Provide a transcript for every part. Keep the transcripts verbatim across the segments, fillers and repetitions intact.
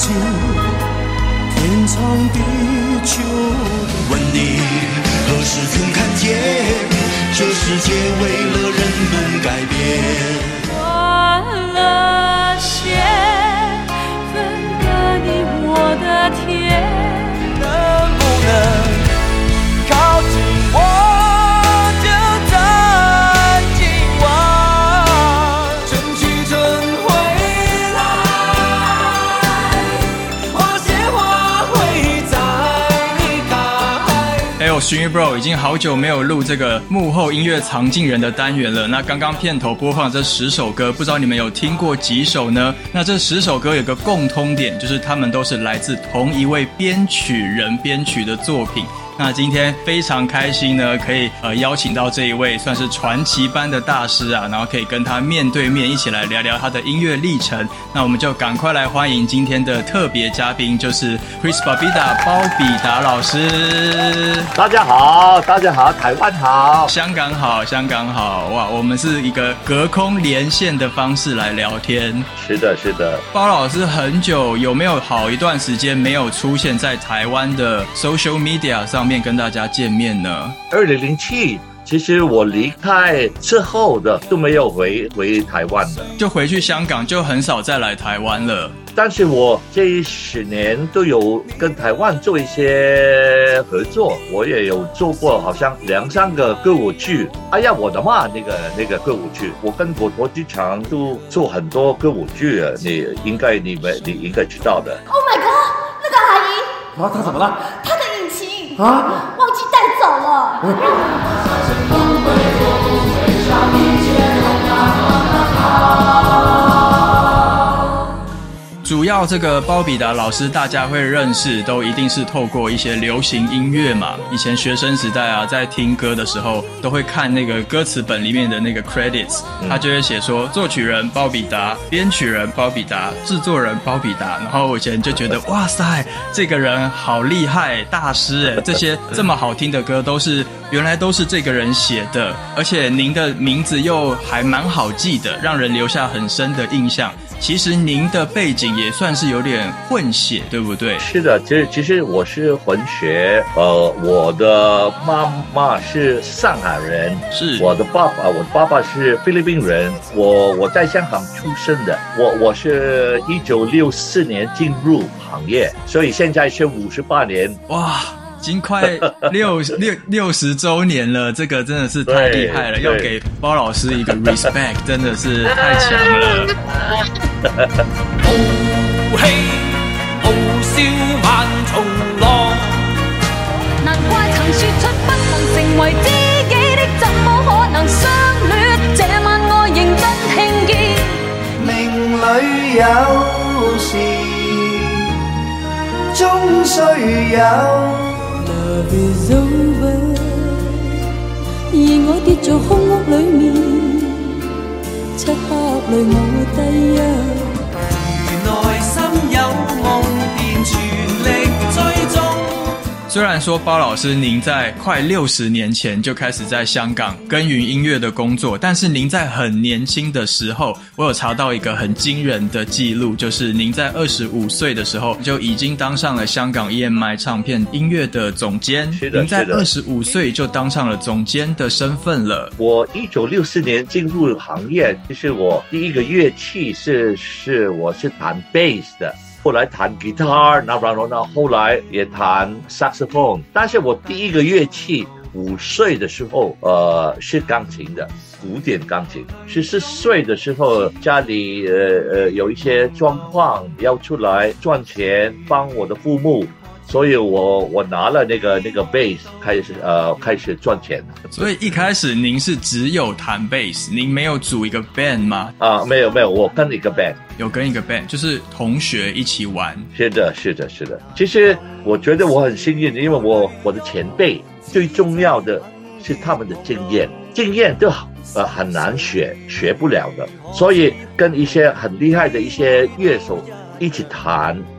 近，天长地久。问你何时曾看见，这世界为了人们改变。 断了线，分隔你我的天， 能不能靠近我？ 熏鱼 bro 已经好久没有录这个幕后音乐藏镜人的单元了。那刚刚片头播放这十首歌，不知道你们有听过几首呢？那这十首歌有个共通点，就是他们都是来自同一位编曲人编曲的作品。那今天非常开心呢，可以呃邀请到这一位算是传奇般的大师啊，然后可以跟他面对面一起来聊聊他的音乐历程。那我们就赶快来欢迎今天的特别嘉宾，就是 Chris Babida 包比达老师。 大家好，大家好，台湾好， 香港好，香港好，哇，我们是一个隔空连线的方式来聊天。 是的，是的。 包老师很久有没有好一段时间没有出现在台湾的 social media 上面跟大家见面呢？ 二零零七，其实我离开之后的都没有回回台湾的， 就回去香港，就很少再来台湾了。 但是我这十年都有跟台湾做一些合作，我也有做过好像两三个歌舞剧。哎呀，我的妈，那个那个歌舞剧，我跟果陀剧场都做很多歌舞剧啊，你应该你们你应该知道的。 Oh my god， 那个阿姨， 啊，她怎么了？ 她的引擎啊， 忘记带走了。 主要这个包比达老师大家会认识，都一定是透过一些流行音乐嘛。以前学生时代啊，在听歌的时候都会看那个歌词本里面的那个 credits， 他就会写说作曲人包比达，编曲人包比达，制作人包比达。然后我以前就觉得哇塞，这个人好厉害，大师诶，这些这么好听的歌都是原来都是这个人写的，而且您的名字又还蛮好记的，让人留下很深的印象。其实您的背景也算是有点混血，对不对？ 是的，其实其实我是混血，呃，我的妈妈是上海人， 是我的爸爸，我的爸爸是菲律宾人，我我在香港出生的，我我是一九六四年进入行业，所以现在是五十八年， 哇。已经快六六六十周年了，这个真的是太厉害了，要给包老师一个 respect， 真的是太强了。 傲氣傲笑萬重浪， 難怪曾說出不能成為知己的，怎麼可能相戀？這晚我認真聽見， 命裏有時終須有。 Love is over， 而我跌在空屋裏面，漆黑裏我低泣。 如內心有夢，便全力追蹤。 虽然说包老师您在快六十年前就开始在香港耕耘音乐的工作，但是您在很年轻的时候，我有查到一个很惊人的记录，就是您在二十五岁的时候就已经当上了香港 E M I 唱片音乐的总监。 是的， 您在二十五岁就当上了总监的身份了。 我一九六四年进入行业，其实我第一个乐器是是我是弹 bass 的。后来弹 guitar， 然后呢，后来也弹 saxophone。但是我第一个乐器五岁的时候，呃，是钢琴的，古典钢琴。十四岁的时候，家里呃呃有一些状况，要出来赚钱，帮我的父母。所以我我拿了那个那个 bass 开始呃开始赚钱。 所以一开始您是只有弹 bass， 您没有组一个 band 吗？ 啊，没有没有，我跟一个 band， 有跟一个 band， 就是同学一起玩。 是的，是的，是的。其实我觉得我很幸运，因为我我的前辈最重要的是他们的经验，经验都呃很难学，学不了的。所以跟一些很厉害的一些乐手一起弹。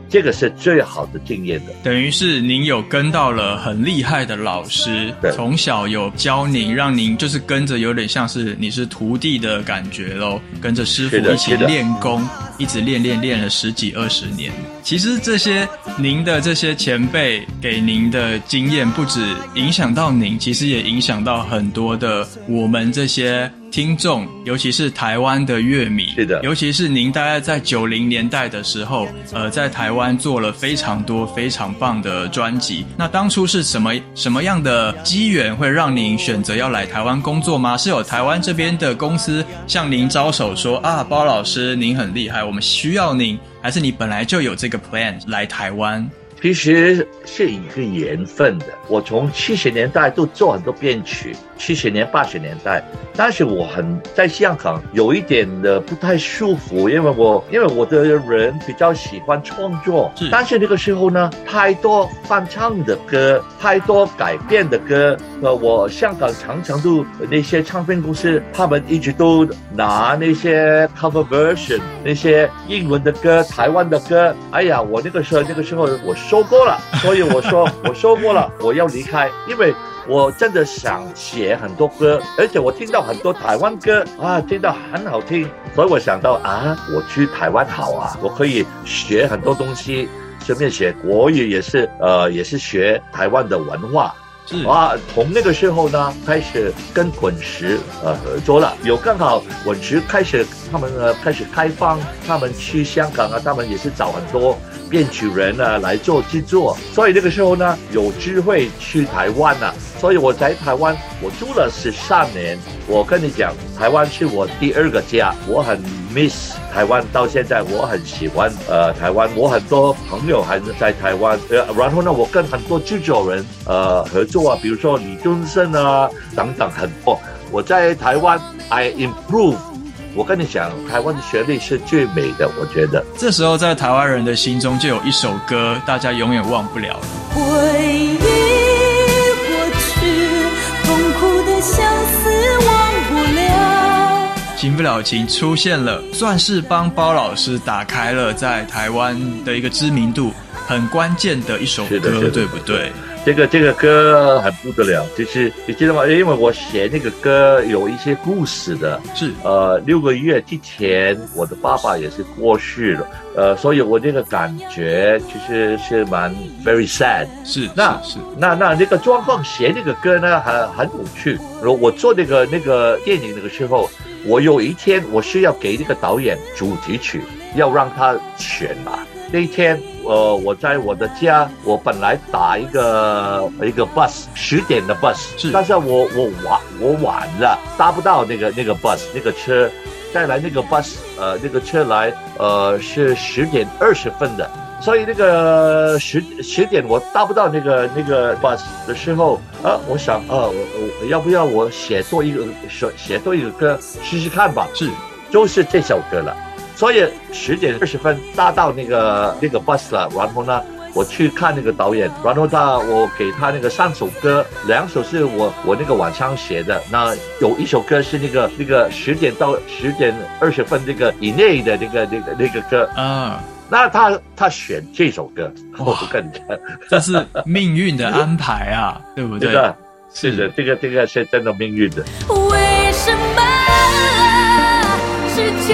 这个是最好的经验的。 等于是您有跟到了很厉害的老师，从小有教您，让您就是跟着有点像是你是徒弟的感觉咯，跟着师傅一起练功，一直练练练了十几二十年。其实这些您的这些前辈给您的经验，不止影响到您，其实也影响到很多的我们这些听众，尤其是台湾的乐迷。 是的， 尤其是您大概在九零年代的时候，呃，在台湾做了非常多非常棒的专辑。那当初是什么什么样的机缘会让您选择要来台湾工作吗？是有台湾这边的公司向您招手说啊，包老师您很厉害，我们需要您，还是你本来就有这个 plan 来台湾？ 其实是一个缘分的。我从七十年代都做很多编曲，七十年八十年代，但是我很在香港有一点的不太舒服，因为我因为我的人比较喜欢创作，是但是那个时候呢，太多翻唱的歌，太多改编的歌，呃，我香港常常都那些唱片公司，他们一直都拿那些 cover version， 那些英文的歌、台湾的歌，哎呀，我那个时候那个时候我收过了，所以我说我收过了，我要离开，因为我真的想写很多歌，而且我听到很多台湾歌啊，听到很好听，所以我想到啊，我去台湾好啊，我可以学很多东西，顺便学国语也是，呃，也是学台湾的文化。啊，从那个时候呢，开始跟滚石呃合作了，有刚好滚石开始他们呃开始开放，他们去香港啊，他们也是找很多编曲人啊来做制作，所以那个时候呢有机会去台湾啊，所以我在台湾我住了十三年。我跟你讲，台湾是我第二个家，我很 miss 台湾，到现在我很喜欢呃台湾，我很多朋友还是在台湾，呃，然后呢，我跟很多制作人呃合作啊，比如说李宗盛啊等等很多。我在台湾 I improve。我跟你讲，台湾的旋律是最美的，我觉得。 这时候在台湾人的心中就有一首歌，大家永远忘不了了。 回忆过去，痛苦的相思忘不了。 新不了情出现了，算是帮包老师打开了在台湾的一个知名度很关键的一首歌，对不对？ 这个这个歌很不得了，就是你知道吗？因为我写那个歌有一些故事的， 是呃六个月之前我的爸爸也是过世了，呃，所以我这个感觉其实是蛮 very sad。 是， 那是那那那个状况写那个歌呢，很很有趣。我做那个那个电影那个时候，我有一天我是要给那个导演主题曲，要让他选嘛。那一天，呃，我在我的家，我本来打一个一个 bus， 十点的 bus， 是，但是我我晚我晚了，搭不到那个那个 bus 那个车，再来那个 bus， 呃，那个车来，呃，是十点二十分的，所以那个十十点我搭不到那个那个 bus 的时候，啊，我想，啊，我我要不要我写多一个写写多一个歌试试看吧？ 是， 就是这首歌了。所以十点二十分搭到那个那个 bus 了，然后呢，我去看那个导演，然后他我给他那个三首歌，两首是我我那个晚上写的，那有一首歌是那个那个十点到十点二十分这个以内的那个那个那个歌啊，那他他选这首歌，我跟你讲， 这是命运的安排啊，对不对？ 是的，是的，这个这个是真的命运的。 为什么世界？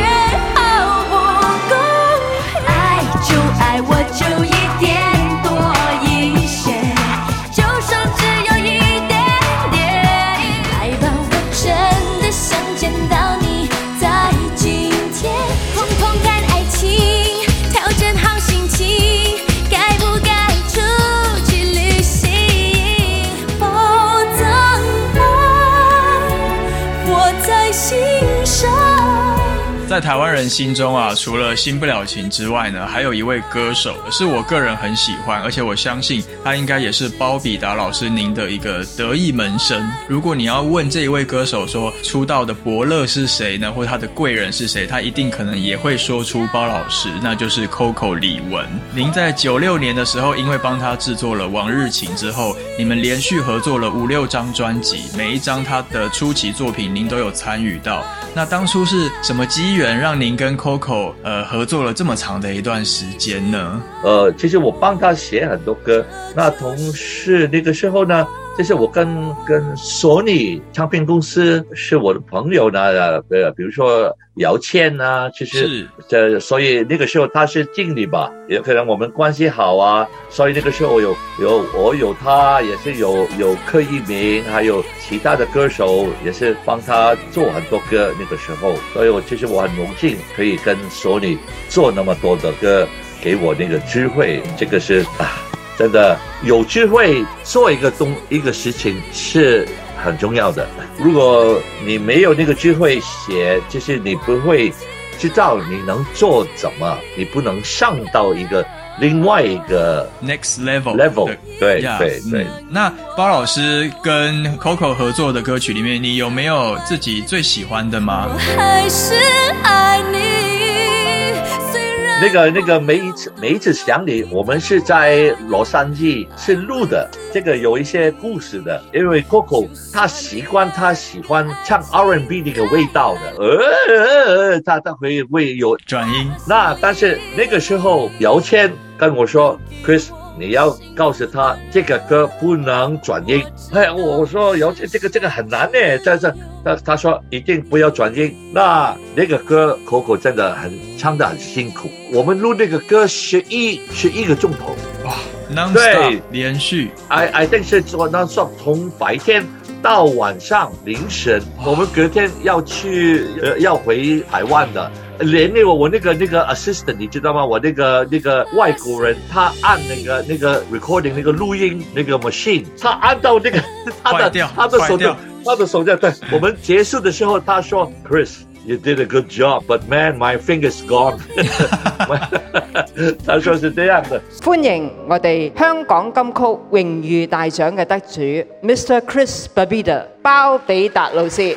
爱我就一点多一些，就算只有一点点。来吧，我真的想见到你，在今天，痛痛看爱情，调整好心情，该不该出去旅行？否则爱我在心上。 在台湾人心中啊，除了新不了情之外呢，还有一位歌手是我个人很喜欢，而且我相信他应该也是包比达老师您的一个得意门生。如果你要问这一位歌手说出道的伯乐是谁呢，或他的贵人是谁，他一定可能也会说出包老师，那就是 Coco 李玟。您在九六年的时候，因为帮他制作了《往日情》之后，你们连续合作了五六张专辑，每一张他的初期作品您都有参与到。那当初是什么机缘缘让您跟 Coco 呃合作了这么长的一段时间呢？ 呃，其实我帮他写很多歌，那同时那个时候呢，就是我跟跟索尼唱片公司是我的朋友呢，呃，比如说姚谦啊，其实这所以那个时候他是经理吧，也可能我们关系好啊，所以那个时候我有有我有他，也是有有柯以明，还有其他的歌手，也是帮他做很多歌。那个时候，所以我其实我很荣幸可以跟索尼做那么多的歌，给我那个机会，这个是啊。真的有机会做一个东一个事情是很重要的。如果你没有那个机会写，就是你不会知道你能做怎么，你不能上到一个另外一个 next level level。对 yeah, 对对、 嗯。那包老师跟 Coco 合作的歌曲里面，你有没有自己最喜欢的吗？ 我还是爱你。 那个那个每一次每一次想你，我们是在洛杉矶是录的，这个有一些故事的，因为 Coco 他习惯他喜欢唱 R and B 那个味道的，呃，呃他他会会有转音。 那但是那个时候姚谦跟我说 ，Chris。你要告诉他这个歌不能转音。哎，我我说姚谦这个这个很难呢，但是他他说一定不要转音。那那个歌 Coco 真的很唱得很辛苦，我们录那个歌十一十一个钟头， 哇 ，non-stop 连续。 I I think 是说 non-stop 从白天到晚上凌晨，我们隔天要去呃要回台湾的。连那个我那个那个 assistant 你知道吗？我那个那个外国人，他按那个那个 recording 那个录音那个 machine， 他按到那个他的他的手就他的手就对。我们结束的时候，他说 Chris。You did a good job, but man, my finger's gone 。他說是這樣的。 歡迎我哋香港金曲榮譽大獎嘅得主 Mister Chris Babida 包比達老師。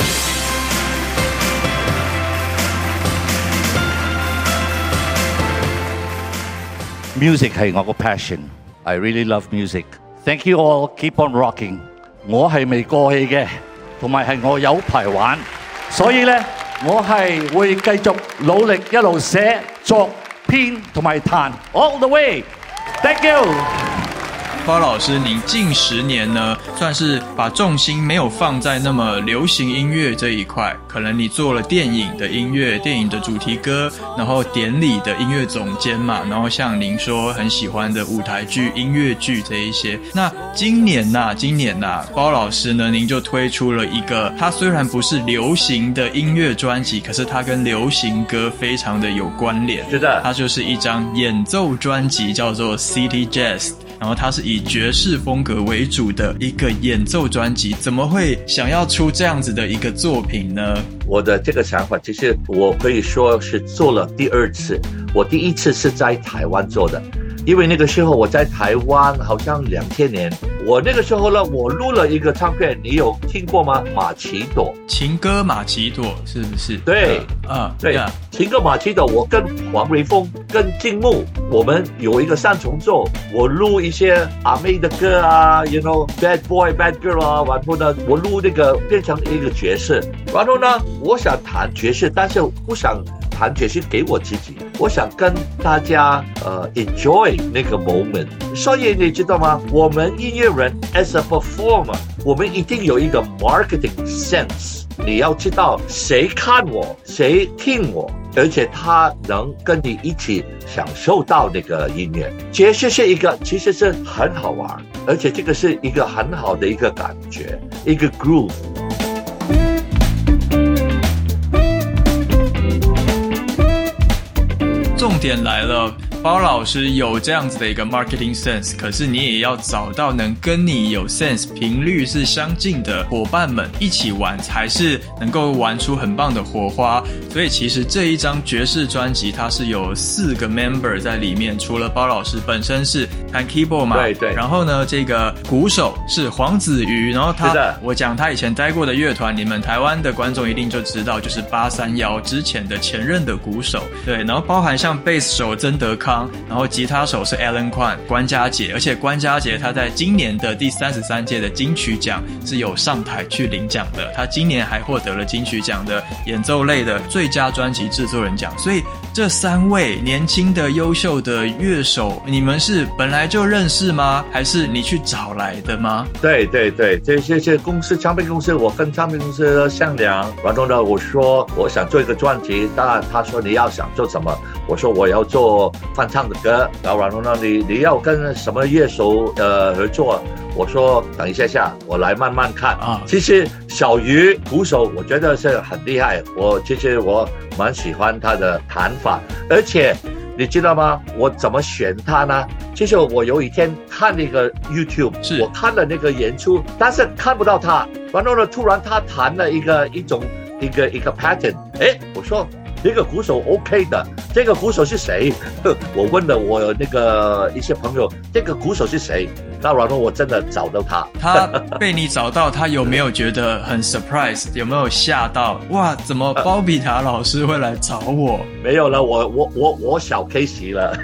Music 係我個 passion. I really love music. Thank you all. Keep on rocking. 我係未過氣嘅，同埋係我有排玩。所以咧，我係會繼續努力一路寫作編同埋彈 all the way。Thank you。 包老師，您近十年呢，算是把重心沒有放在那麼流行音樂這一塊，可能你做了電影的音樂，電影的主題歌，然後典禮的音樂總監嘛，然後像您說很喜歡的舞台劇、音樂劇這一些。那今年吶、啊，今年吶、啊，包老師呢，您就推出了一個，它雖然不是流行的音樂專輯，可是它跟流行歌非常的有關聯。 是的， 它就是一張演奏專輯，叫做 City Jazz。然後它是以爵士風格為主的一個演奏專輯，怎麼會想要出這樣子的一個作品呢？ 我的這個想法其實我可以說是做了第二次，我第一次是在台灣做的，因為那個時候我在台灣好像兩千年，我那個時候呢，我錄了一個唱片，你有聽過嗎？馬奇朵， 情歌馬奇朵是不是？ 對， 啊， 對，情歌馬奇朵，我跟黃瑞豐、跟金木，我們有一個三重奏，我錄一些阿妹的歌啊 ，you know bad boy bad girl 啊，然後呢，我錄那個變成一個爵士，然後呢，我想彈爵士，但是不想彈爵士給我自己，我想跟大家呃 enjoy 那個 moment， 所以你知道嗎？我們音樂人 as a performer， 我們一定有一個 marketing sense， 你要知道誰看我，誰聽我，而且他能跟你一起享受到那個音樂。爵士是一個其實是很好玩，而且這個是一個很好的一個感覺，一個 groove。 重點來了，包老師有這樣子的一個 marketing sense，可是你也要找到能跟你有 sense 頻率是相近的夥伴們一起玩，才是能夠玩出很棒的火花。所以其實這一張爵士專輯它是有四個 member 在裡面，除了包老師本身是彈 keyboard 嘛， 對對， 然後呢這個鼓手是黃子瑜，然後他我講他以前待過的樂團，你們台灣的觀眾一定就知道，就是八三夭之前的前任的鼓手，對，然後包含像貝斯手曾德康方，然后吉他手是 Alan Kwan 关家杰，而且关家杰他在今年的第三十三届的金曲奖是有上台去领奖的，他今年还获得了金曲奖的演奏类的最佳专辑制作人奖。所以这三位年轻的优秀的乐手，你们是本来就认识吗？还是你去找来的吗？ 对对对，这些些公司唱片公司，我跟唱片公司商量，然后呢我说我想做一个专辑，当然他说你要想做什么，我说我要做翻唱的歌，然后然后呢你你要跟什么乐手呃合作，我说等一下下我来慢慢看啊。其实小鱼鼓手我觉得是很厉害，我其实我蛮喜欢他的弹法，而且你知道吗？我怎么选他呢？其实我有一天看那个 YouTube， 我看了那个演出，但是看不到他。然后呢，突然他弹了一个一种一个一个 pattern， 哎，我说这个鼓手 OK 的，这个鼓手是谁？我问了我那个一些朋友，这个鼓手是谁？那然后我真的找到他， 他被你找到，他有没有觉得很 surprise？ 有没有吓到？哇，怎么包比达老师会来找我？ 没有了，我我我我小 case 了。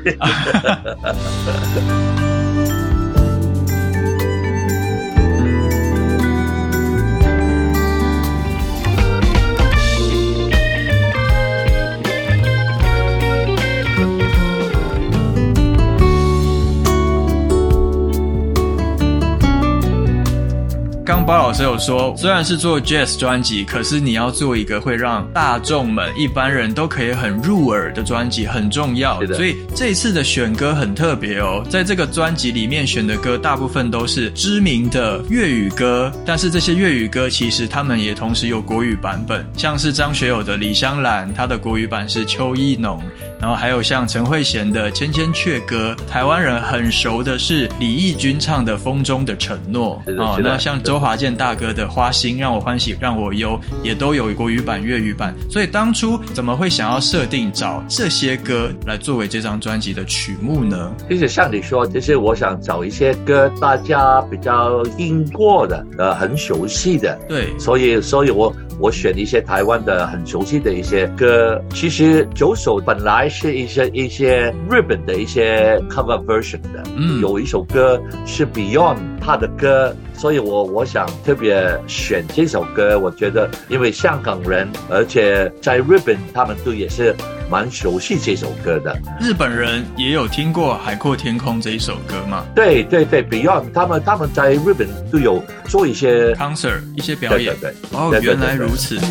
刚包老师有说，虽然是做 jazz 专辑，可是你要做一个会让大众们一般人都可以很入耳的专辑很重要，所以这一次的选歌很特别哦。在这个专辑里面选的歌大部分都是知名的粤语歌，但是这些粤语歌其实他们也同时有国语版本，像是张学友的李香兰，他的国语版是邱意浓，然后还有像陈慧娴的《千千阙歌》，台湾人很熟的是李翊君唱的《风中的承诺》哦，那像周华健大哥的《花心》，让我欢喜让我忧，也都有国语版粤语版。所以当初怎么会想要设定找这些歌来作为这张专辑的曲目呢？ 其实像你说，就是我想找一些歌大家比较听过的，呃，很熟悉的。 对， 所以所以我我选一些台湾的很熟悉的一些歌。其实九首本来是一些一些日本的一些 cover version 的，嗯，有一首歌是 Beyond 他的歌，所以我我想特别选这首歌。我觉得因为香港人，而且在日本他们都也是蛮熟悉这首歌的。 日本人也有听过《海阔天空》这一首歌吗？ 对对对 ，Beyond 他们他们在日本都有做一些 concert 一些表演。 对对对， 哦， 对对对对， 原来如此。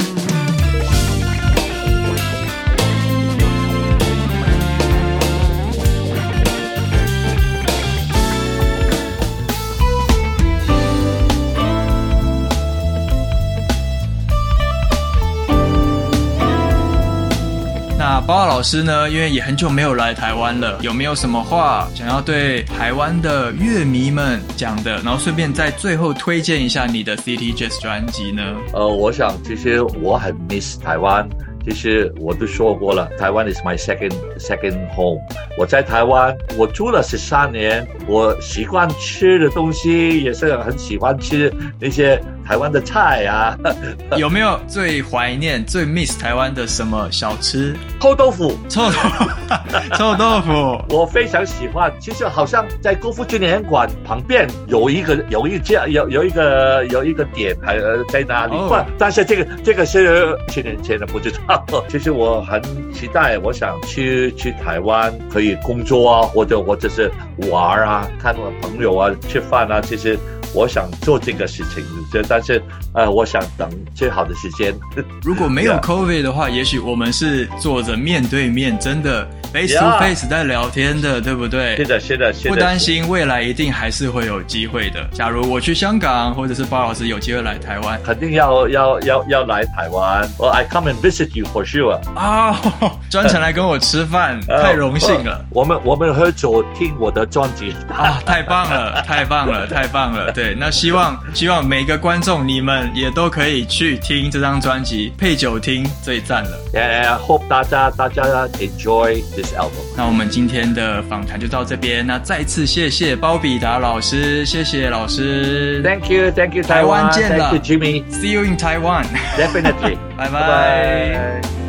那包老师呢，因为也很久没有来台湾了，有没有什么话想要对台湾的乐迷们讲的？然后顺便在最后推荐一下你的 City Jazz 专辑呢？ 呃，我想其实我很 miss 台湾，其实我都说过了，台湾 is my second second home。我在台湾，我住了十三年，我习惯吃的东西也是很喜欢吃那些台湾的菜啊。 有没有最怀念、最 miss 台湾的什么小吃？ 臭豆腐， 臭豆腐，臭豆腐， 我非常喜欢。其实好像在国父纪念馆旁边有一个有一家有有一个有一个点，还在哪里？哦，但是这个这个是七年前的，不知道。其实我很期待，我想去去台湾可以工作啊，或者或者是玩啊，看我朋友啊，吃饭啊。其实我想做这个事情，但是呃，我想等最好的时间。 如果没有 COVID 的话，也许我们是坐着面对面，真的 face to face 在聊天的， yeah. 对不对？ 是的，是的，是的。 不担心，未来一定还是会有机会的。假如我去香港，或者是包老师有机会来台湾， 肯定要要要要来台湾。Well, I come and visit you for sure. 啊，专程来跟我吃饭，太荣幸了。 我们我们喝酒听我的专辑啊，太棒了，太棒了，太棒了。对，那希望希望每个观众你们也都可以去听这张专辑，配酒听最赞了。 Yeah, hope 大家大家 enjoy this album。 那我们今天的访谈就到这边，那再次谢谢包比达老师，谢谢老师。 Thank you, thank you, 台湾见了 ，Thank you, Jimmy. See you in Taiwan. Definitely. 拜拜。